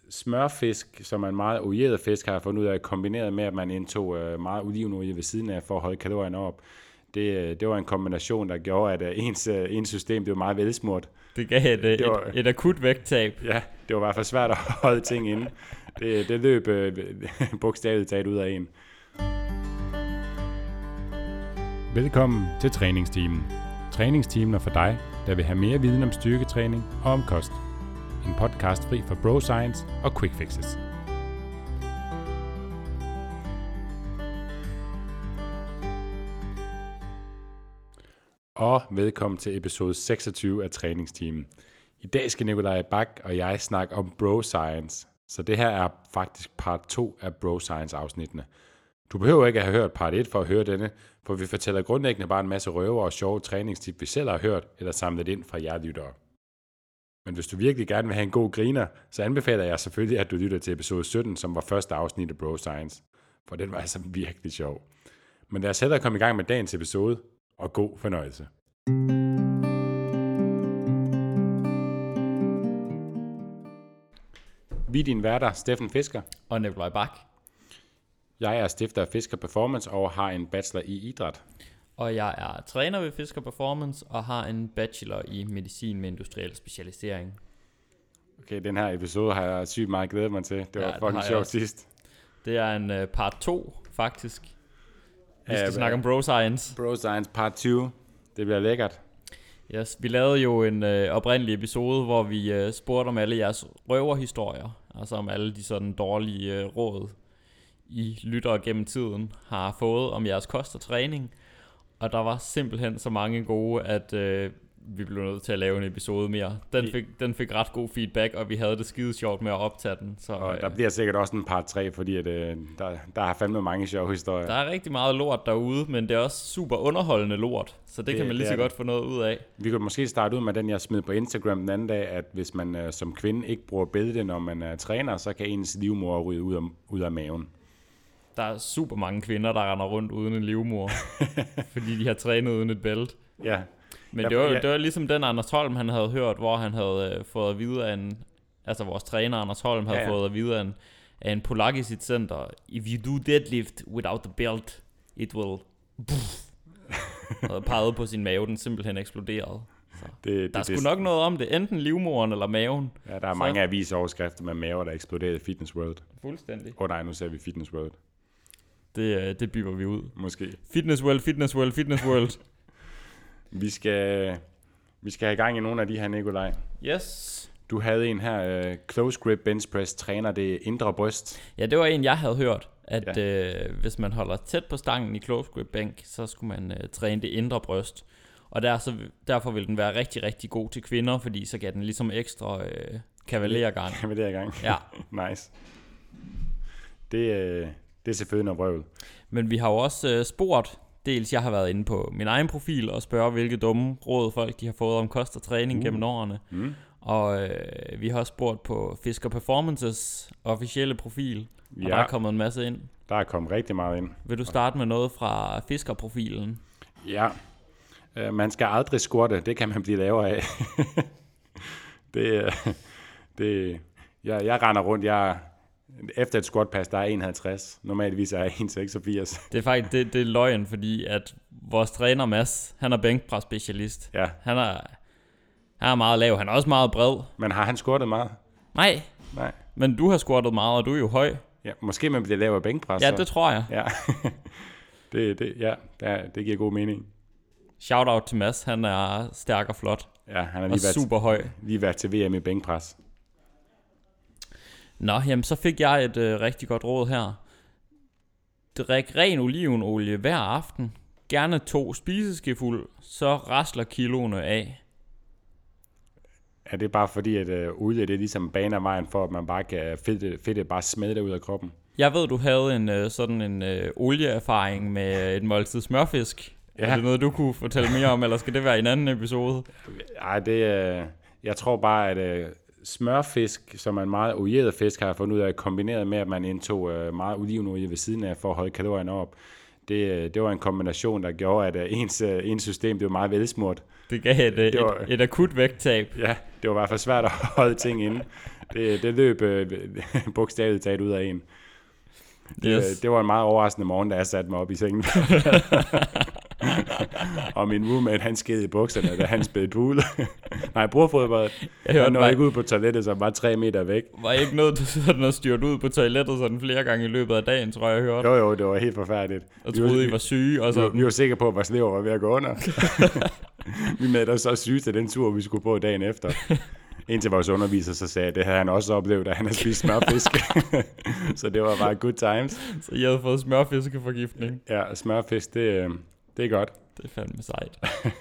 smørfisk, som er en meget olieret fisk, har jeg fundet ud af, kombineret med, at man indtog meget olivenolie ved siden af, for at holde kalorierne op. Det var en kombination, der gjorde, at ens system det var meget velsmurt. Det gav et akut vægttab. Ja, det var i hvert fald svært at holde ting inde. Det løb bogstaveligt talt ud af en. Velkommen til Træningsteamen. Træningsteamen er for dig, der vil have mere viden om styrketræning og om kost. En podcast fri for bro science og quick fixes. Og velkommen til episode 26 af Træningsteamen. I dag skal Nikolaj Bak og jeg snakke om bro science. Så det her er faktisk part 2 af bro science afsnittene. Du behøver ikke at have hørt part 1 for at høre denne, for vi fortæller grundlæggende bare en masse røver og sjove træningstip, vi selv har hørt eller samlet ind fra jer lyttere. Men hvis du virkelig gerne vil have en god griner, så anbefaler jeg selvfølgelig, at du lytter til episode 17, som var første afsnit af Bro Science. For den var altså virkelig sjov. Men lad os hellere komme i gang med dagens episode, og god fornøjelse. Vi er dine værter, Steffen Fisker Og Nikolaj Bak. Jeg er stifter af Fisker Performance og har en bachelor i idræt. Og jeg er træner ved Fisker Performance og har en bachelor i medicin med industriel specialisering. Okay, den her episode har jeg sygt meget glædet mig til. Det var fucking sjovt sidst. Det er en part 2, faktisk. Vi skal snakke om Bro Science. Bro Science part 20. Det bliver lækkert. Yes, vi lavede jo en oprindelig episode, hvor vi spurgte om alle jeres røverhistorier. Altså om alle de sådan dårlige råd, I lyttere gennem tiden har fået om jeres kost og træning. Og der var simpelthen så mange gode, at vi blev nødt til at lave en episode mere. Den fik ret god feedback, og vi havde det skide sjovt med at optage den. Så, og der bliver sikkert også en part 3, fordi at, der har fandme mange sjove historier. Der er rigtig meget lort derude, men det er også super underholdende lort. Så det kan man lige så godt få noget ud af. Vi kan måske starte ud med den, jeg smed på Instagram den anden dag, at hvis man som kvinde ikke bruger bælte, når man træner, så kan ens livmoder ryge ud af maven. Der er super mange kvinder, der render rundt uden en livmor, fordi de har trænet uden et bælte. Ja. Men det var ligesom den Anders Holm, han havde hørt, hvor han havde fået at vide af altså vores træner Anders Holm havde fået at vide af en polak i sit center: If you do deadlift without the belt, it will... og pegede på sin mave, den simpelthen eksploderede. Der er sgu nok noget om det, enten livmoren eller maven. Ja, der er mange avisoverskrifter med maver, der eksploderede i Fitness World. Fuldstændig. Nej, nu ser vi Fitness World. Det bygger vi ud. Måske. Fitness World, Fitness World, Fitness World. Vi skal have i gang i nogle af de her, Nikolaj. Yes. Du havde en her, close grip bench press, træner det indre bryst. Ja, det var en, jeg havde hørt, at hvis man holder tæt på stangen i close grip bænk, så skulle man træne det indre bryst. Og derfor vil den være rigtig, rigtig god til kvinder, fordi så gav den ligesom ekstra kavalergang. Kavalergang. Ja. Nice. Det er selvfølgelig noget vrøvl. Men vi har jo også spurgt, dels jeg har været inde på min egen profil og spørge, hvilke dumme råd folk de har fået om kost og træning gennem årene. Og vi har også spurgt på Fisker Performances officielle profil, og der er kommet en masse ind. Der er kommet rigtig meget ind. Vil du starte med noget fra Fisker-profilen? Ja. Man skal aldrig squatte, det kan man blive lavere af. Jeg render rundt, efter et squatpass, der er 51. Normalvis er jeg 1,86. Det er faktisk det er løgn, fordi at vores træner Mads, han er bænkpres specialist. Ja. Han er meget lav, han er også meget bred. Men har han squattet meget? Nej. Men du har squattet meget, og du er jo høj. Ja, måske man bliver lav af bænkpres. Ja, det tror jeg. Ja. Det giver god mening. Shout out til Mads, han er stærk og flot. Ja, han er lige super høj. Lige været til VM i bænkpres. Nå, jamen så fik jeg et rigtig godt råd her. Drik ren olivenolie hver aften. Gerne 2 spiseskefuld, så rasler kiloene af. Er det bare fordi, at olie det er ligesom baner vejen for, at man bare kan fedtet bare smadre ud af kroppen? Jeg ved, du havde en olieerfaring med et måltid smørfisk. Ja. Er det noget, du kunne fortælle mere om, eller skal det være i en anden episode? Nej, jeg tror bare, at smørfisk, som er en meget olieret fisk, har jeg fundet ud af, kombineret med, at man indtog meget olivenolie ved siden af, for at holde kalorierne op. Det var en kombination, der gjorde, at ens system det var meget velsmurt. Det gav et akut vægttab. Ja, det var i hvert fald svært at holde ting inde. Det løb bogstaveligt talt ud af en. Yes. Det var en meget overraskende morgen, da jeg satte mig op i sengen. Og min roommate, han sked i bukserne, da han spillede pool. Nej, bordfodbold. Han nåede ikke ud på toilettet, som var 3 meter væk. Var ikke noget sådan at styrt ud på toilettet sådan flere gange i løbet af dagen, tror jeg hørte. Jo, det var helt forfærdeligt. Og troede, I var syge. Og sådan. Vi var sikre på, at vores lever var ved at gå under. Vi meldte os så syge til den tur, vi skulle på dagen efter. Indtil vores underviser så sagde, at det havde han også oplevet, da han havde spist smørfisk. Så det var bare good times. Så I havde fået smørfiskeforgiftning? Ja, smørfisk, det er godt. Det er fandme sejt.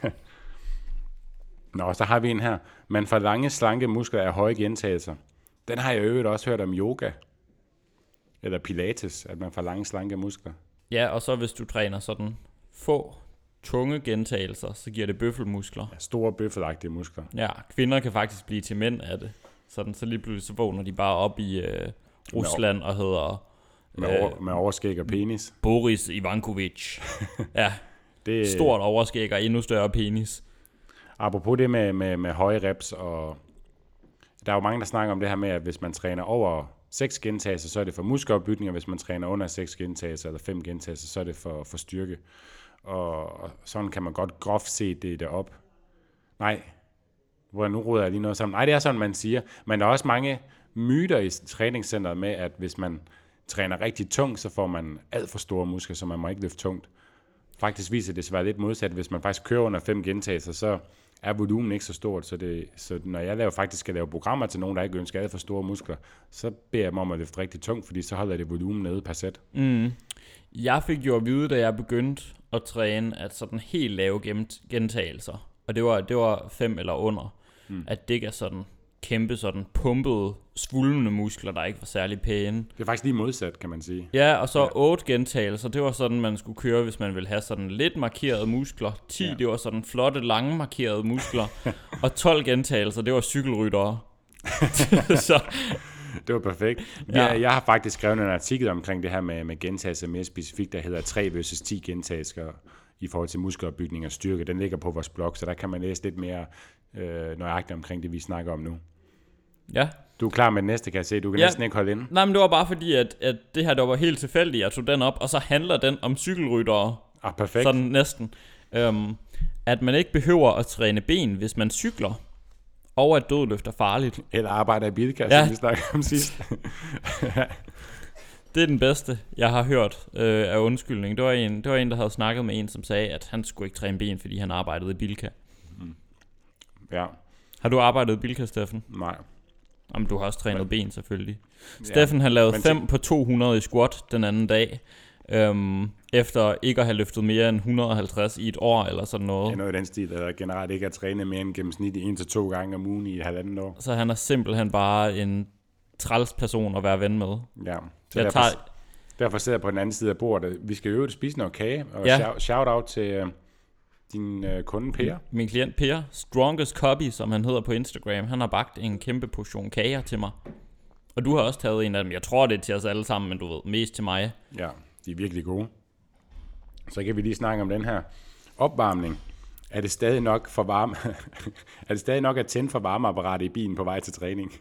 Nå, så har vi en her. Man får lange, slanke muskler af høje gentagelser. Den har jeg øvrigt også hørt om yoga. Eller pilates, at man får lange, slanke muskler. Ja, og så hvis du træner sådan få tunge gentagelser, så giver det bøffelmuskler. Ja, store bøffelagtige muskler. Ja, kvinder kan faktisk blive til mænd af det. Sådan, så lige pludselig så vågner de bare op i Rusland og hedder... Med overskæg og penis. Boris Ivankovic. Ja, det, stort overskæg og endnu større penis. Apropos det med høje reps, og der er jo mange, der snakker om det her med, at hvis man træner over 6 gentagelser, så er det for muskelopbygning, og hvis man træner under 6 gentagelser eller 5 gentagelser, så er det for styrke. Og sådan kan man godt groft se det op. Nej, nu roder jeg lige noget sammen. Nej, det er sådan, man siger. Men der er også mange myter i træningscenteret med, at hvis man træner rigtig tungt, så får man alt for store muskler, så man må ikke løfte tungt. Faktisk viser det sig være lidt modsat. Hvis man faktisk kører under 5 gentagelser, så er volumen ikke så stort. Så når jeg skal lave programmer til nogen, der ikke ønsker alt for store muskler, så beder jeg mig om at løfte rigtig tungt, fordi så holder det volumen nede per sæt. Jeg fik jo at vide, da jeg begyndte at træne, at sådan helt lave gentagelser, og det var 5 eller under, at det er sådan kæmpe sådan pumpede, svulmende muskler, der ikke var særlig pæne. Det er faktisk lige modsat, kan man sige. Ja, og så 8 gentagelser, det var sådan, man skulle køre, hvis man ville have sådan lidt markerede muskler. 10, det var sådan flotte, lange markerede muskler. Og 12 gentagelser, det var cykelryttere. Så det var perfekt. Jeg har faktisk skrevet en artikel omkring det her med gentagelser mere specifikt, der hedder 3 versus 10 gentagelser i forhold til muskelopbygning og styrke. Den ligger på vores blog, så der kan man læse lidt mere nøjagtigt omkring det, vi snakker om nu. Ja. Du er klar med den næste, kan jeg se. Du kan næsten ikke holde inde. Nej, men det var bare fordi, at det her, der var helt tilfældigt. Jeg tog den op, og så handler den om cykelryttere. Perfekt. Sådan næsten. At man ikke behøver at træne ben, hvis man cykler. Og at dødløft er farligt. Eller arbejder i Bilka, som vi snakkede om sidst. Det er den bedste, jeg har hørt af undskyldning. Det var en, der havde snakket med en, som sagde, at han skulle ikke træne ben, fordi han arbejdede i Bilka. Ja. Har du arbejdet i Bilka, Steffen? Nej. Jamen, du har også trænet ben, selvfølgelig. Steffen, han lavede 5 på 200 i squat den anden dag, efter ikke at have løftet mere end 150 i et år, eller sådan noget. Det er noget i den stil, eller generelt ikke at træne mere end gennemsnitligt 1 til 2 gange om ugen i 1,5 år. Så han er simpelthen bare en træls person at være ven med. Ja, så derfor sidder jeg på den anden side af bordet. Vi skal jo spise noget kage, og shout-out til din kunde Per. Min klient Per, Strongest Copy, som han hedder på Instagram, han har bagt en kæmpe portion kager til mig. Og du har også taget en af dem. Jeg tror, det er til os alle sammen, men du ved, mest til mig. Ja, de er virkelig gode. Så kan vi lige snakke om den her opvarmning. Er det stadig nok for varme? Er det stadig nok at tænde for varmeapparatet i bilen på vej til træning?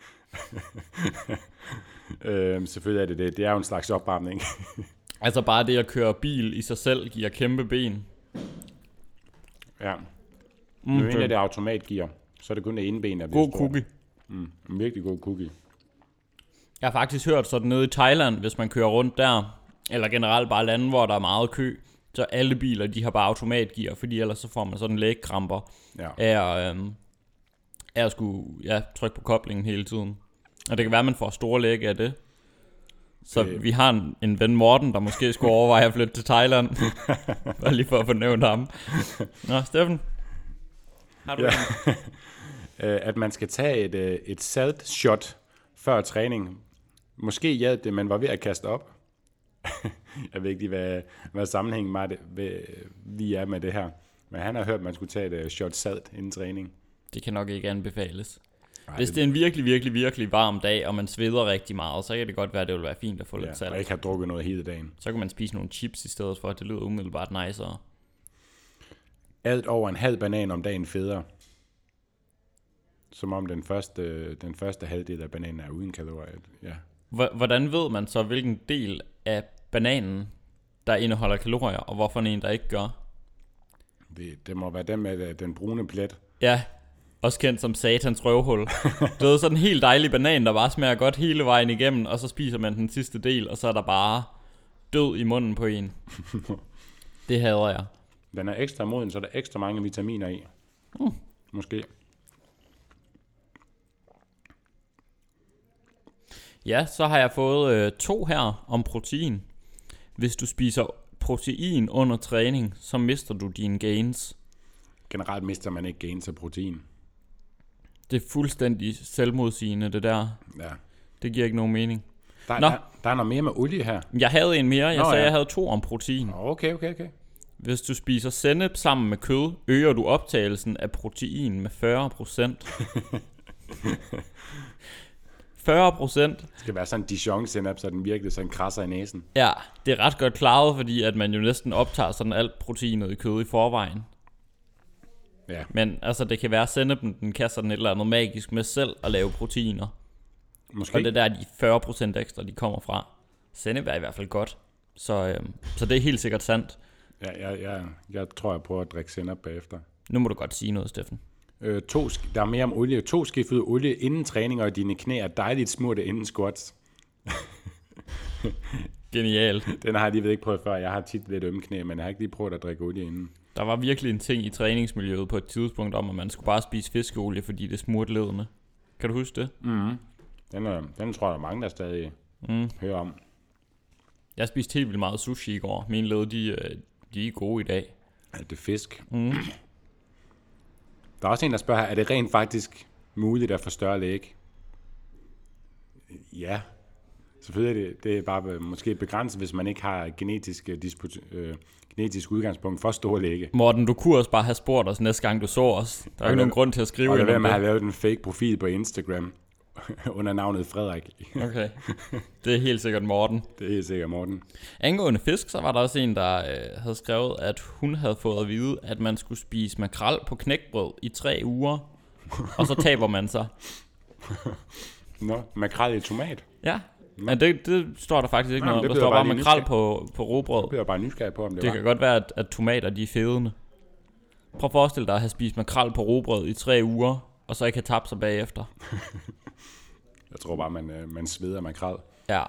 Selvfølgelig er det det. Det er jo en slags opvarmning. Altså bare det at køre bil i sig selv giver kæmpe ben. Ja. Nu er det automatgear, så er det kun det ene ben, der bliver god cookie. En virkelig god cookie. Jeg har faktisk hørt sådan nede i Thailand, hvis man kører rundt der, eller generelt bare lande, hvor der er meget kø, så alle biler, de har bare automatgear, fordi ellers så får man sådan lægkramper af at skulle trykke på koblingen hele tiden. Og det kan være, at man får store læg af det. Så vi har en ven Morten, der måske skulle overveje at flytte til Thailand. Bare lige for at få nævnt ham. Nå, Steffen. Har du at man skal tage et salt shot før træning. Måske hjalp det, man var ved at kaste op. Jeg ved ikke lige, hvad sammenhængen lige er med det her. Men han har hørt, at man skulle tage et shot salt inden træning. Det kan nok ikke anbefales. Hvis det er en virkelig, virkelig, virkelig varm dag, og man sveder rigtig meget, så kan det godt være, at det vil være fint at få lidt salt. Og ikke have drukket noget hele dagen. Så kan man spise nogle chips i stedet for, at det lyder umiddelbart nicere. Alt over en halv banan om dagen federe. som om den første halvdel af bananen er uden kalorier. Ja. Hvordan ved man så, hvilken del af bananen, der indeholder kalorier, og hvorfor en, der ikke gør? Det må være den med den brune plet. Ja, også kendt som satans røvhul. Det er sådan en helt dejlig banan, der bare smager godt hele vejen igennem, og så spiser man den sidste del, og så er der bare død i munden på en. Det hader jeg. Den er ekstra moden, så er der ekstra mange vitaminer i. Måske. Ja, så har jeg fået 2 her om protein. Hvis du spiser protein under træning, så mister du dine gains. Generelt mister man ikke gains af protein. Det er fuldstændig selvmodsigende, det der. Ja. Det giver ikke nogen mening. Der er noget mere med olie her. Jeg havde en mere. Jeg havde 2 om protein. Okay. Hvis du spiser sennep sammen med kød, øger du optagelsen af protein med 40%. 40%. Det skal være sådan en Dijon-sennep, så den virkelig sådan krasser i næsen. Ja, det er ret godt klaret, fordi at man jo næsten optager sådan alt proteinet i kød i forvejen. Ja. Men altså, det kan være, at sennepen, den kan sådan et eller andet magisk med selv at lave proteiner. Måske. Og det der, de 40% ekstra, de kommer fra. Sennep er i hvert fald godt. Så det er helt sikkert sandt. Ja, jeg tror, jeg prøver at drikke sennep bagefter. Nu må du godt sige noget, Steffen. Der er mere om olie. 2 skefulde olie inden træning, og dine knæ er dejligt smurte inden squats. Genialt. Den har jeg lige ikke prøvet før. Jeg har tit lidt ømme knæ, men jeg har ikke lige prøvet at drikke olie inden. Der var virkelig en ting i træningsmiljøet på et tidspunkt om, at man skulle bare spise fiskeolie, fordi det smurte ledene. Kan du huske det? Mm-hmm. Den tror jeg, der er mange, der stadig hører om. Jeg spiste helt vildt meget sushi i går. Mine led, de er gode i dag. Er det fisk? Mm. Der er også en, der spørger her, er det rent faktisk muligt at få større læg? Ja. Selvfølgelig det er bare måske begrænset, hvis man ikke har genetisk udgangspunkt for store læge. Morten, du kunne også bare have spurgt os næste gang, du så os. Der er ikke nogen grund til at skrive. Og det er, at man har lavet en fake profil på Instagram under navnet Frederik. Okay, det er helt sikkert Morten. Det er helt sikkert Morten. Angående fisk, så var der også en, der havde skrevet, at hun havde fået at vide, at man skulle spise makrel på knækbrød i 3 uger, og så taber man sig. Nå, makrel i tomat? Ja, men det står der faktisk ikke noget om. Der står bare makrel på rugbrød. Det bliver bare nysgerrig på, om det var. Det kan godt være, at tomater de er fedende. Prøv at forestille dig at have spist makrel på rugbrød i 3 uger, og så ikke have tabt sig bagefter. Jeg tror bare, man sveder makrel. Ja.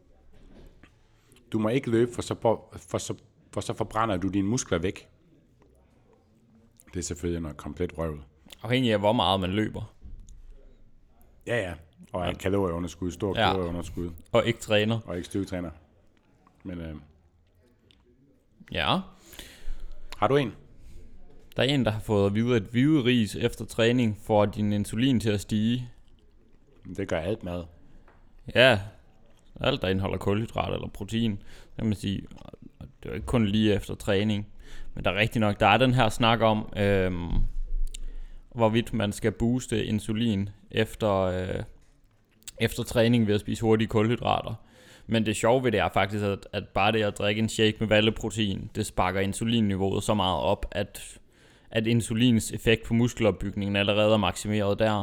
Du må ikke løbe, for så forbrænder du dine muskler væk. Det er selvfølgelig noget komplet røvl. Afhængig af, hvor meget man løber. Ja. Og en kalorieunderskud, stor kalorieunderskud. Og ikke træner. Og ikke styrketræner. Men ja. Har du en? Der er en, der har fået at vide, at hvide ris efter træning får din insulin til at stige. Det gør alt mad. Ja, alt der indeholder kulhydrat eller protein, kan man sige, det er jo ikke kun lige efter træning, men der er rigtig nok, der er den her snak om, hvorvidt man skal booste insulin efter træning ved at spise hurtige kulhydrater. Men det sjove ved det er faktisk, at bare det at drikke en shake med valleprotein, det sparker insulinniveauet så meget op, at insulins effekt på muskelopbygningen allerede er maksimeret der.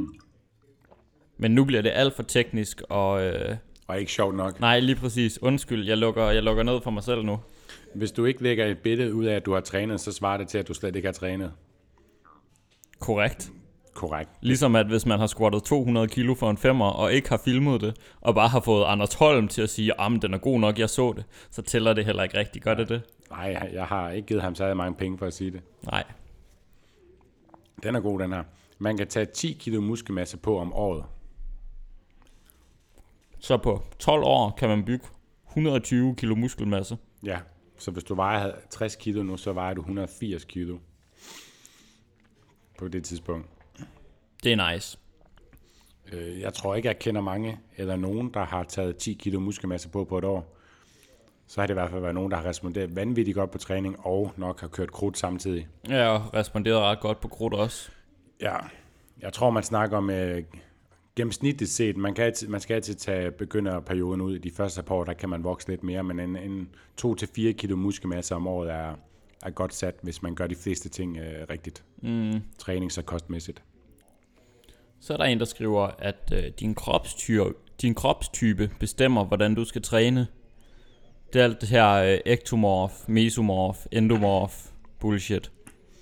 Men nu bliver det alt for teknisk og ikke sjovt nok. Nej, lige præcis. Undskyld, jeg lukker ned for mig selv nu. Hvis du ikke lægger et billede ud af, at du har trænet, så svarer det til, at du slet ikke har trænet. Korrekt. Ligesom at hvis man har squattet 200 kilo for en 5'er, og ikke har filmet det, og bare har fået Anders Holm til at sige, at den er god nok, jeg så det, så tæller det heller ikke rigtigt. Gør det? Nej, jeg har ikke givet ham så mange penge for at sige det. Nej. Den er god, den her. Man kan tage 10 kilo muskelmasse på om året. Så på 12 år kan man bygge 120 kilo muskelmasse. Ja, så hvis du vejer 60 kilo nu, så vejer du 180 kilo på det tidspunkt. Det er nice. Jeg tror ikke, jeg kender mange eller nogen, der har taget 10 kilo muskelmasse på et år. Så har det i hvert fald været nogen, der har responderet vanvittigt godt på træning, og nok har kørt krudt samtidig. Ja, og responderet ret godt på krudt også. Ja, jeg tror, man snakker om gennemsnitligt set. Man skal altid tage begynderperioden ud. De første par år, der kan man vokse lidt mere, men en 2-4 kilo muskelmasse om året er godt sat, hvis man gør de fleste ting rigtigt. Trænings- og kostmæssigt. Så er der en, der skriver, at din kropstype bestemmer, hvordan du skal træne. Det er alt det her ektomorf, mesomorf, endomorf bullshit.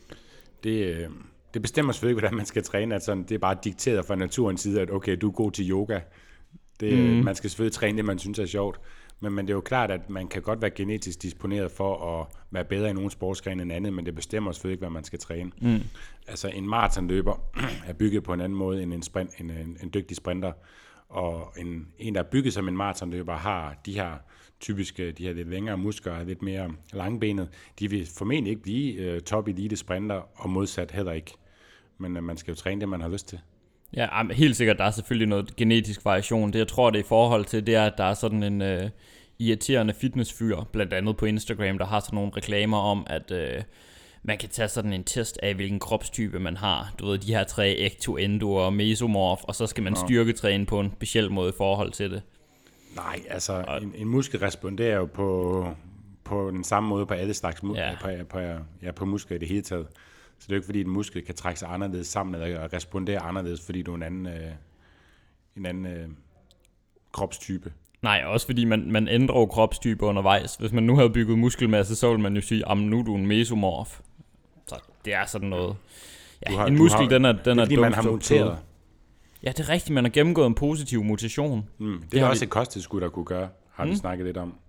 Det bestemmer selvfølgelig ikke, hvordan man skal træne. Altså, det er bare dikteret fra naturens side, at okay, du er god til yoga. Man skal selvfølgelig træne det, man synes er sjovt. Men det er jo klart, at man kan godt være genetisk disponeret for at være bedre i nogle sportsgrene end andet, men det bestemmer selvfølgelig ikke, hvad man skal træne. Altså en maratonløber er bygget på en anden måde end en dygtig sprinter. Og en, der er bygget som en maratonløber, har de her lidt længere muskler, lidt mere langbenet. De vil formentlig ikke blive top elite sprinter, og modsat heller ikke. Men man skal jo træne det, man har lyst til. Ja, helt sikkert, der er selvfølgelig noget genetisk variation. Det jeg tror, det er i forhold til, det er, at der er sådan en irriterende fitnessfyr, blandt andet på Instagram, der har sådan nogle reklamer om, at man kan tage sådan en test af, hvilken kropstype man har. Du ved, de her 3, ecto, endo og mesomorf, og så skal man styrketræne på en speciel måde i forhold til det. Nej, altså en muskel responderer jo på den samme måde på alle slags på muskler i det hele taget. Så det er jo ikke fordi, en muskel kan trække sig anderledes sammen eller respondere anderledes, fordi du er en anden kropstype. Nej, også fordi man ændrer jo kropstype undervejs. Hvis man nu havde bygget muskelmasse, så ville man jo sige, nu er du en mesomorf. Så det er sådan noget. Ja, en muskel, den er fordi man har muteret. Ja, det er rigtigt, man har gennemgået en positiv mutation. Det er også et kosttilskud, der kunne gøre, har vi snakket lidt om.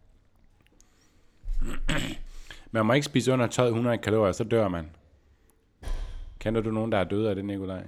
Man må ikke spise under 1200 kalorier, så dør man. Kender du nogen, der er døde af det, Nikolaj?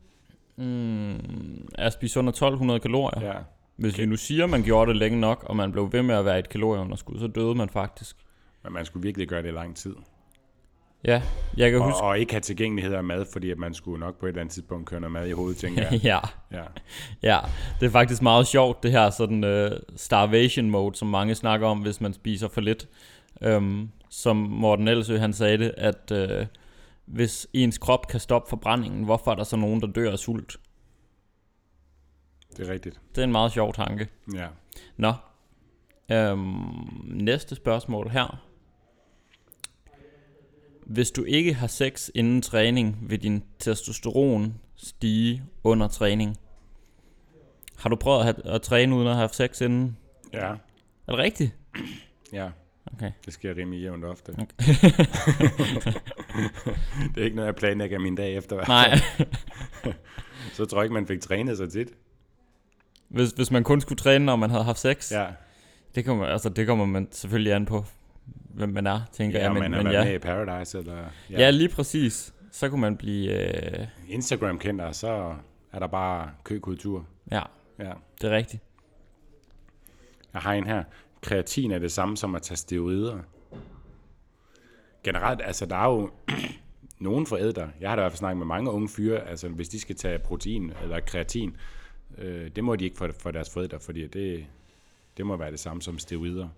At spise under 1200 kalorier? Ja. Hvis vi nu siger, at man gjorde det længe nok, og man blev ved med at være et kalorieunderskud, så døde man faktisk. Men man skulle virkelig gøre det i lang tid. Ja, jeg kan huske... Og ikke have tilgængelighed af mad, fordi at man skulle nok på et eller andet tidspunkt køre noget mad i hovedet, tænker jeg. Ja, det er faktisk meget sjovt, det her sådan starvation mode, som mange snakker om, hvis man spiser for lidt. Som Morten Elsø, han sagde det, at hvis ens krop kan stoppe forbrændingen, hvorfor er der så nogen, der dør af sult? Det er rigtigt. Det er en meget sjov tanke. Ja. Nå. Næste spørgsmål her. Hvis du ikke har sex inden træning, vil din testosteron stige under træning. Har du prøvet at træne uden at have sex inden? Ja. Er det rigtigt? Ja. Okay. Det sker rimelig jævnt ofte. Okay. Det er ikke noget, jeg planlægger min dag efter. Nej. Så tror jeg ikke, man fik trænet så tit. Hvis man kun skulle træne, når man havde haft sex? Ja. Det kommer man selvfølgelig an på, hvem man er, tænker jeg. Men man er med i Paradise. Eller, ja, lige præcis. Så kunne man blive... Instagram-kendt, og så er der bare køkultur. Ja, det er rigtigt. Jeg har en her. Kreatin er det samme som at tage steroider. Generelt, altså der er jo nogle forældre, jeg har da i hvert fald snakket med mange unge fyre, altså hvis de skal tage protein eller kreatin, det må de ikke for deres forældre, fordi det må være det samme som steroider.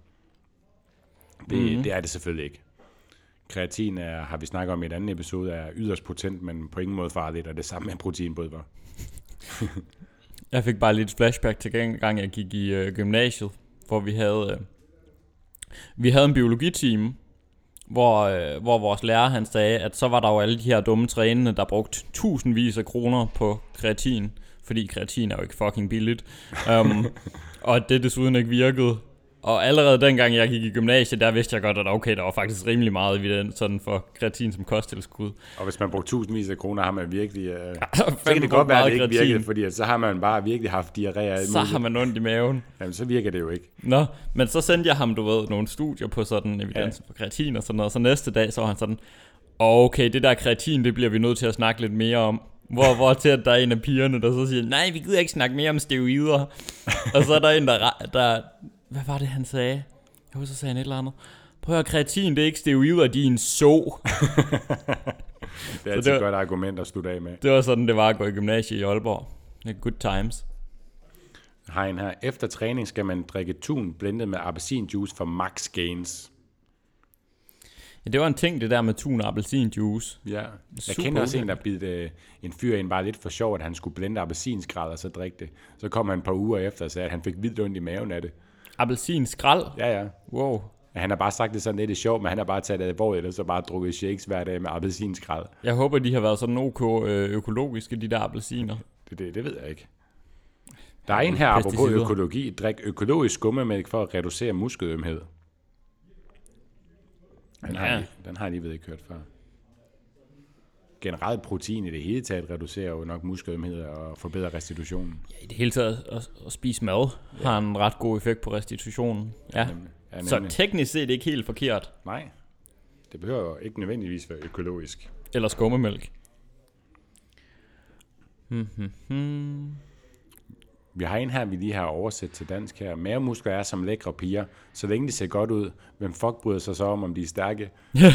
Det er det selvfølgelig ikke. Kreatin har vi snakket om i et andet episode, er yderst potent, men på ingen måde farligt, og det samme med proteinpulver. Jeg fik bare lidt flashback til gang jeg gik i gymnasiet, hvor vi havde en biologiteam, hvor vores lærer han sagde, at så var der jo alle de her dumme trænende, der brugte tusindvis af kroner på kreatin, fordi kreatin er jo ikke fucking billigt, og at det desuden ikke virkede. Og allerede dengang jeg gik i gymnasiet, der vidste jeg godt, at okay, der var faktisk rimelig meget evidens sådan for kreatin som kosttilskud. Og hvis man brugte tusindvis af kroner, har man virkelig... så kan det godt være, at det ikke virker, fordi så har man bare virkelig haft diarré. Så har man ondt i maven. Jamen, så virker det jo ikke. Nå, men så sendte jeg ham, nogle studier på sådan evidens for kreatin og sådan noget. Så næste dag, så var han sådan, okay, det der kreatin, det bliver vi nødt til at snakke lidt mere om. Hvor til at der er en af pigerne, der så siger, nej, vi gider ikke snakke mere om steroider. Og så er der en, der hvad var det, han sagde? Jeg husker, så sagde han et eller andet. Prøv at høre, kreatin, det er ikke steroider, de er en så. Det er altid et godt argument at slutte af med. Det var sådan, det var at gå i gymnasiet i Aalborg. Good times. Har en her. Efter træning skal man drikke tun blendet med appelsinjuice for max gains. Ja, det var en ting, det der med tun og appelsinjuice. Ja, jeg kender også en, der bidte en fyr ind bare lidt for sjov, at han skulle blende appelsinskrald og så drikke det. Så kom han et par uger efter og sagde, at han fik vildt ondt i maven af det. Appelsinskrald? Ja. Wow. Ja, han har bare sagt det sådan lidt sjovt, men han har bare taget det alvorligt, og så bare drukket shakes hver dag med appelsinskrald. Jeg håber, de har været sådan økologiske, de der appelsiner. Det ved jeg ikke. Der er en her, apropos økologi. Drik økologisk skummemælk for at reducere muskelømhed. Den har jeg lige ved ikke hørt før. Generelt protein i det hele taget reducerer jo nok muskelømhed og forbedrer restitutionen. Ja, i det hele taget at spise mad har en ret god effekt på restitutionen. Ja. Så teknisk set ikke helt forkert. Nej, det behøver jo ikke nødvendigvis være økologisk. Eller skummemælk. Vi har en her, vi lige har oversat til dansk her. Mavemuskler er som lækre piger. Så længe de ser godt ud, hvem fuck bryder sig så om de er stærke?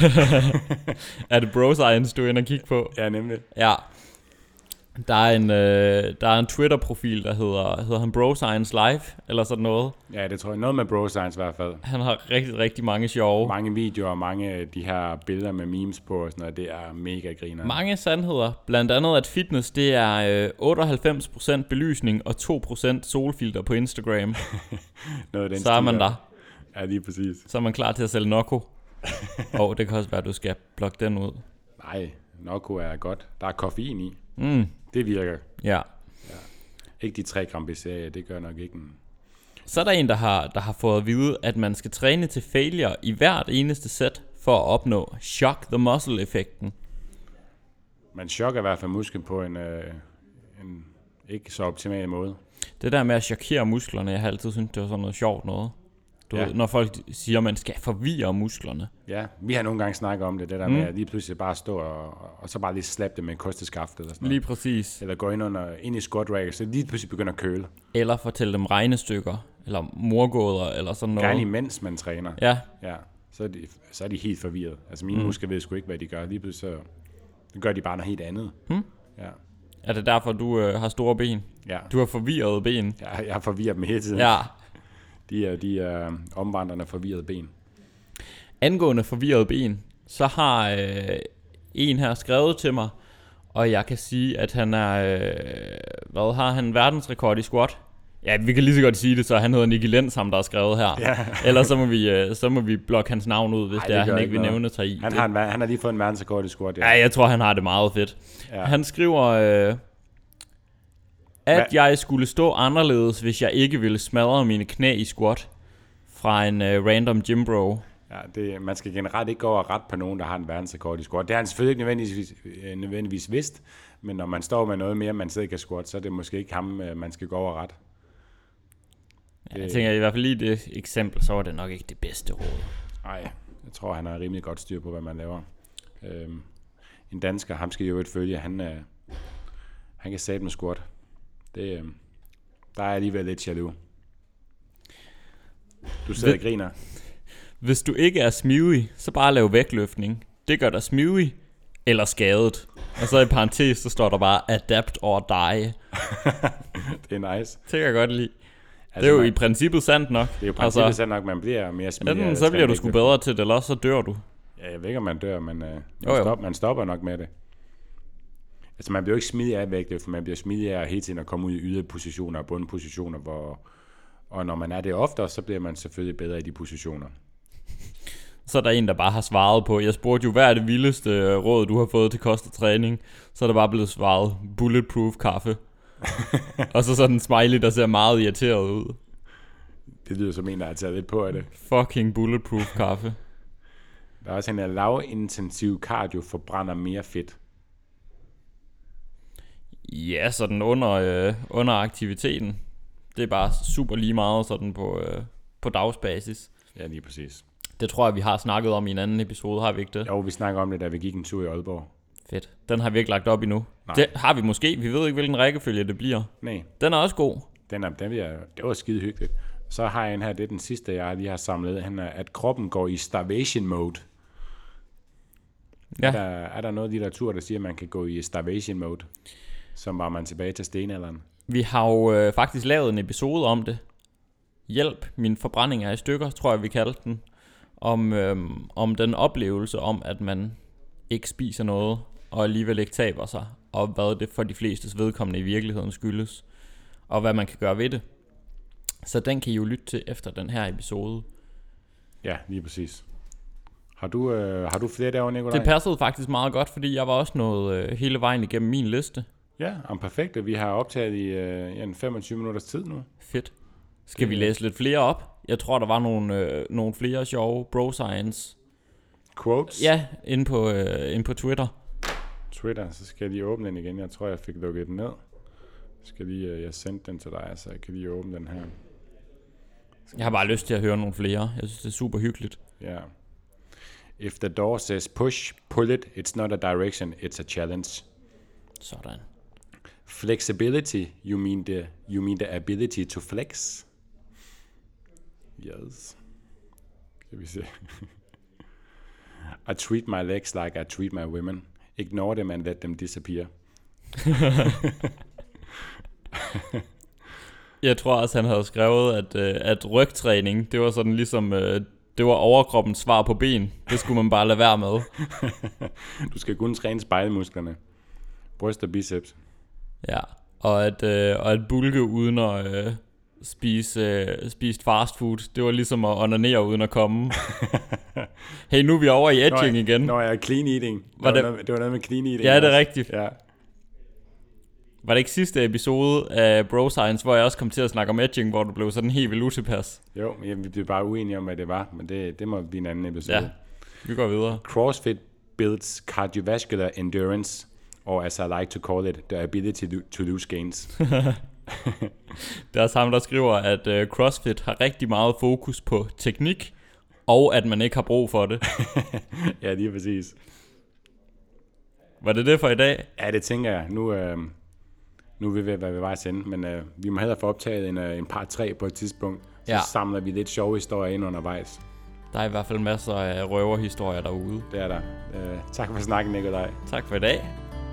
Er det bro science, du er inde og kigge på? Ja, nemlig. Ja. Der er en Twitter-profil, der hedder han Bro Science Live, eller sådan noget. Ja, det tror jeg. Noget med Bro Science i hvert fald. Han har rigtig, rigtig mange sjove. Mange videoer og mange af de her billeder med memes på og sådan noget. Det er mega griner. Mange sandheder. Blandt andet, at fitness, det er 98% belysning og 2% solfilter på Instagram. Noget af den så er man der. Ja, lige præcis. Så er man klar til at sælge Nocco. Det kan også være, at du skal blokke den ud. Nej, Nocco er godt. Der er koffein i. Det virker. Ja. Ikke de 3 gram BCAA, det gør nok ikke en... Så er der en, der har fået at vide, at man skal træne til failure i hvert eneste sæt, for at opnå shock the muscle-effekten. Man chokker i hvert fald musklen på en ikke så optimal måde. Det der med at chokere musklerne, jeg har altid syntes, det var sådan noget sjovt noget. Du ved, når folk siger, at man skal forvirre musklerne. Ja, vi har nogle gange snakket om det der med at lige pludselig bare stå og så bare lige slappe det med en kosteskaft eller sådan noget. Lige præcis. Eller gå ind i squat rack, så lige pludselig begynder at køle. Eller fortælle dem regnestykker, eller morgåder, eller sådan noget. Gerne imens man træner. Ja. Så er de helt forvirret. Altså mine muskler ved sgu ikke, hvad de gør. Lige pludselig så gør de bare noget helt andet. Ja. Er det derfor, du har store ben? Ja. Du har forvirrede ben? Ja, jeg har forvirret dem hele tiden. Ja. De er omvandrende forvirrede ben. Angående forvirrede ben, så har en her skrevet til mig, og jeg kan sige, at han er, har han verdensrekord i squat? Ja, vi kan lige så godt sige det, så han hedder Nicky Lenz, ham der har skrevet her. Ja. Ellers så må vi blokke hans navn ud, hvis det er, han ikke vil nævne sig i. Han har lige fået en verdensrekord i squat, ja. Ja, jeg tror, han har det meget fedt. Ja. Han skriver... jeg skulle stå anderledes, hvis jeg ikke ville smadre mine knæ i squat fra en random gym bro. Ja, man skal generelt ikke gå over ret på nogen, der har en verdensrekord i squat. Det har han selvfølgelig ikke nødvendigvis vidst, men når man står med noget mere, man sidder kan squat, så er det måske ikke ham, man skal gå over ret. Ja, jeg tænker i hvert fald lige det eksempel, så var det nok ikke det bedste råd. Nej, jeg tror, han har rimelig godt styr på, hvad man laver. En dansker, ham skal jo ikke følge, han kan sætte med squat. Der er alligevel lidt jaloux. Du sidder og griner. Hvis du ikke er smidig, så bare lav vægtløftning. Det gør dig smidig eller skadet. Og så i parentes, så står der bare adapt or die. Det er nice. Det kan jeg godt lide. Altså, det er jo i princippet sandt nok. Det er jo i princippet sandt nok, man bliver mere smidig. Enten så bliver du sgu bedre til det, eller også så dør du. Ja, jeg ved ikke, om man dør, men man stopper nok med det. Altså man bliver jo ikke smidig af vægtløft, for man bliver smidig af hele tiden at komme ud i yderpositioner og bundpositioner, og når man er det oftere, så bliver man selvfølgelig bedre i de positioner. Så er der en, der bare har svaret på, jeg spurgte jo, hvad er det vildeste råd, du har fået til kost og træning? Så er der bare blevet svaret, bulletproof kaffe. Og så sådan en smiley, der ser meget irriteret ud. Det lyder som en, der har taget lidt på af det. Fucking bulletproof kaffe. Der er også en, at lavintensiv cardio forbrænder mere fedt. Ja, sådan under aktiviteten. Det er bare super lige meget sådan på dagsbasis. Ja, lige præcis. Det tror jeg, vi har snakket om i en anden episode, har vi ikke det? Jo, vi snakker om det, da vi gik en tur i Aalborg. Fedt. Den har vi ikke lagt op endnu. Nej. Det har vi måske. Vi ved ikke, hvilken rækkefølge det bliver. Nej. Den er også god. Det var skide hyggeligt. Så har jeg en her, det er den sidste, jeg lige har samlet. Han er, at kroppen går i starvation mode. Ja. Er der noget litteratur, der siger, at man kan gå i starvation mode? Som var man tilbage til stenalderen. Vi har jo faktisk lavet en episode om det. Hjælp, min forbrænding er i stykker, tror jeg, vi kaldte den. Om den oplevelse om, at man ikke spiser noget, og alligevel ikke taber sig. Og hvad det for de flestes vedkommende i virkeligheden skyldes. Og hvad man kan gøre ved det. Så den kan I jo lytte til efter den her episode. Ja, lige præcis. Har du flere derovre, Nikolaj? Det passede faktisk meget godt, fordi jeg var også nået hele vejen igennem min liste. Ja, perfekt. Vi har optaget i en 25 minutters tid nu. Fedt. Skal vi læse lidt flere op? Jeg tror, der var nogle flere sjove bro science Quotes? Ja, inde på Twitter. Så skal jeg lige åbne den igen. Jeg tror, jeg fik lukket den ned. Jeg sendte den til dig, så jeg kan lige åbne den her. Jeg har bare lyst til at høre nogle flere. Jeg synes, det er super hyggeligt. Ja. If the door says push, pull it. It's not a direction, it's a challenge. Sådan. Flexibility, you mean the ability to flex? Yes. Skal vi se. I treat my legs like I treat my women. Ignore them and let them disappear. Jeg tror også, han havde skrevet, at rygtræning, det var sådan ligesom, det var overkroppens svar på ben. Det skulle man bare lade være med. Du skal kun træne spejlmusklerne. Bryst og biceps. Ja, og at bulke uden at spise fast food, det var ligesom at onanere uden at komme. Hey, nu er vi over i edging igen. Nå, jeg er clean eating. Det var noget med clean eating. Ja, det er rigtigt. Ja. Var det ikke sidste episode af Bro Science, hvor jeg også kom til at snakke om edging, hvor du blev sådan helt vildt utilpas? Jo, vi blev bare uenige om, hvad det var, men det må blive en anden episode. Ja, vi går videre. CrossFit builds cardiovascular endurance, or as I like to call it, the ability to lose gains. Det er også ham, der skriver, at CrossFit har rigtig meget fokus på teknik, og at man ikke har brug for det. Ja, lige præcis. Var det for i dag? Ja, det tænker jeg. Nu er vi ved at være ved vejs ende, men vi må hellere få optaget en part 3 på et tidspunkt. Så samler vi lidt sjove historier ind undervejs. Der er i hvert fald masser af røverhistorier derude. Det er der. Tak for snakken, Nikolaj. Tak for i dag.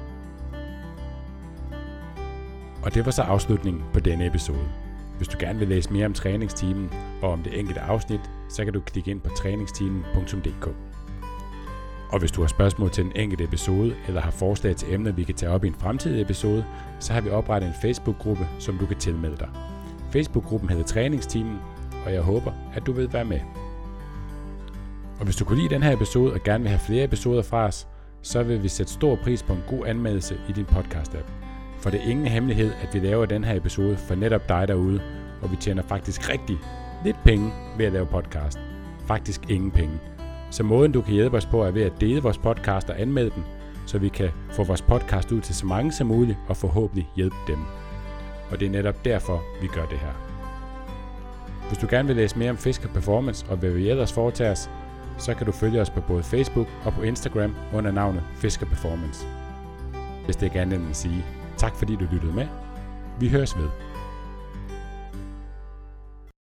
Og det var så afslutningen på denne episode. Hvis du gerne vil læse mere om træningsteamen og om det enkelte afsnit, så kan du klikke ind på træningsteamen.dk. Og hvis du har spørgsmål til den enkelte episode, eller har forslag til emner, vi kan tage op i en fremtidig episode, så har vi oprettet en Facebook-gruppe, som du kan tilmelde dig. Facebook-gruppen hedder Træningsteamen, og jeg håber, at du vil være med. Og hvis du kunne lide den her episode og gerne vil have flere episoder fra os, så vil vi sætte stor pris på en god anmeldelse i din podcast-app. For det er ingen hemmelighed, at vi laver den her episode for netop dig derude, og vi tjener faktisk rigtig lidt penge ved at lave podcast. Faktisk ingen penge. Så måden du kan hjælpe os på er ved at dele vores podcast og anmelde den, så vi kan få vores podcast ud til så mange som muligt og forhåbentlig hjælpe dem. Og det er netop derfor, vi gør det her. Hvis du gerne vil læse mere om Fisker Performance og hvad vi ellers foretager os, så kan du følge os på både Facebook og på Instagram under navnet Fisker Performance. Hvis det ikke er andet end at sige tak fordi du lyttede med. Vi høres ved.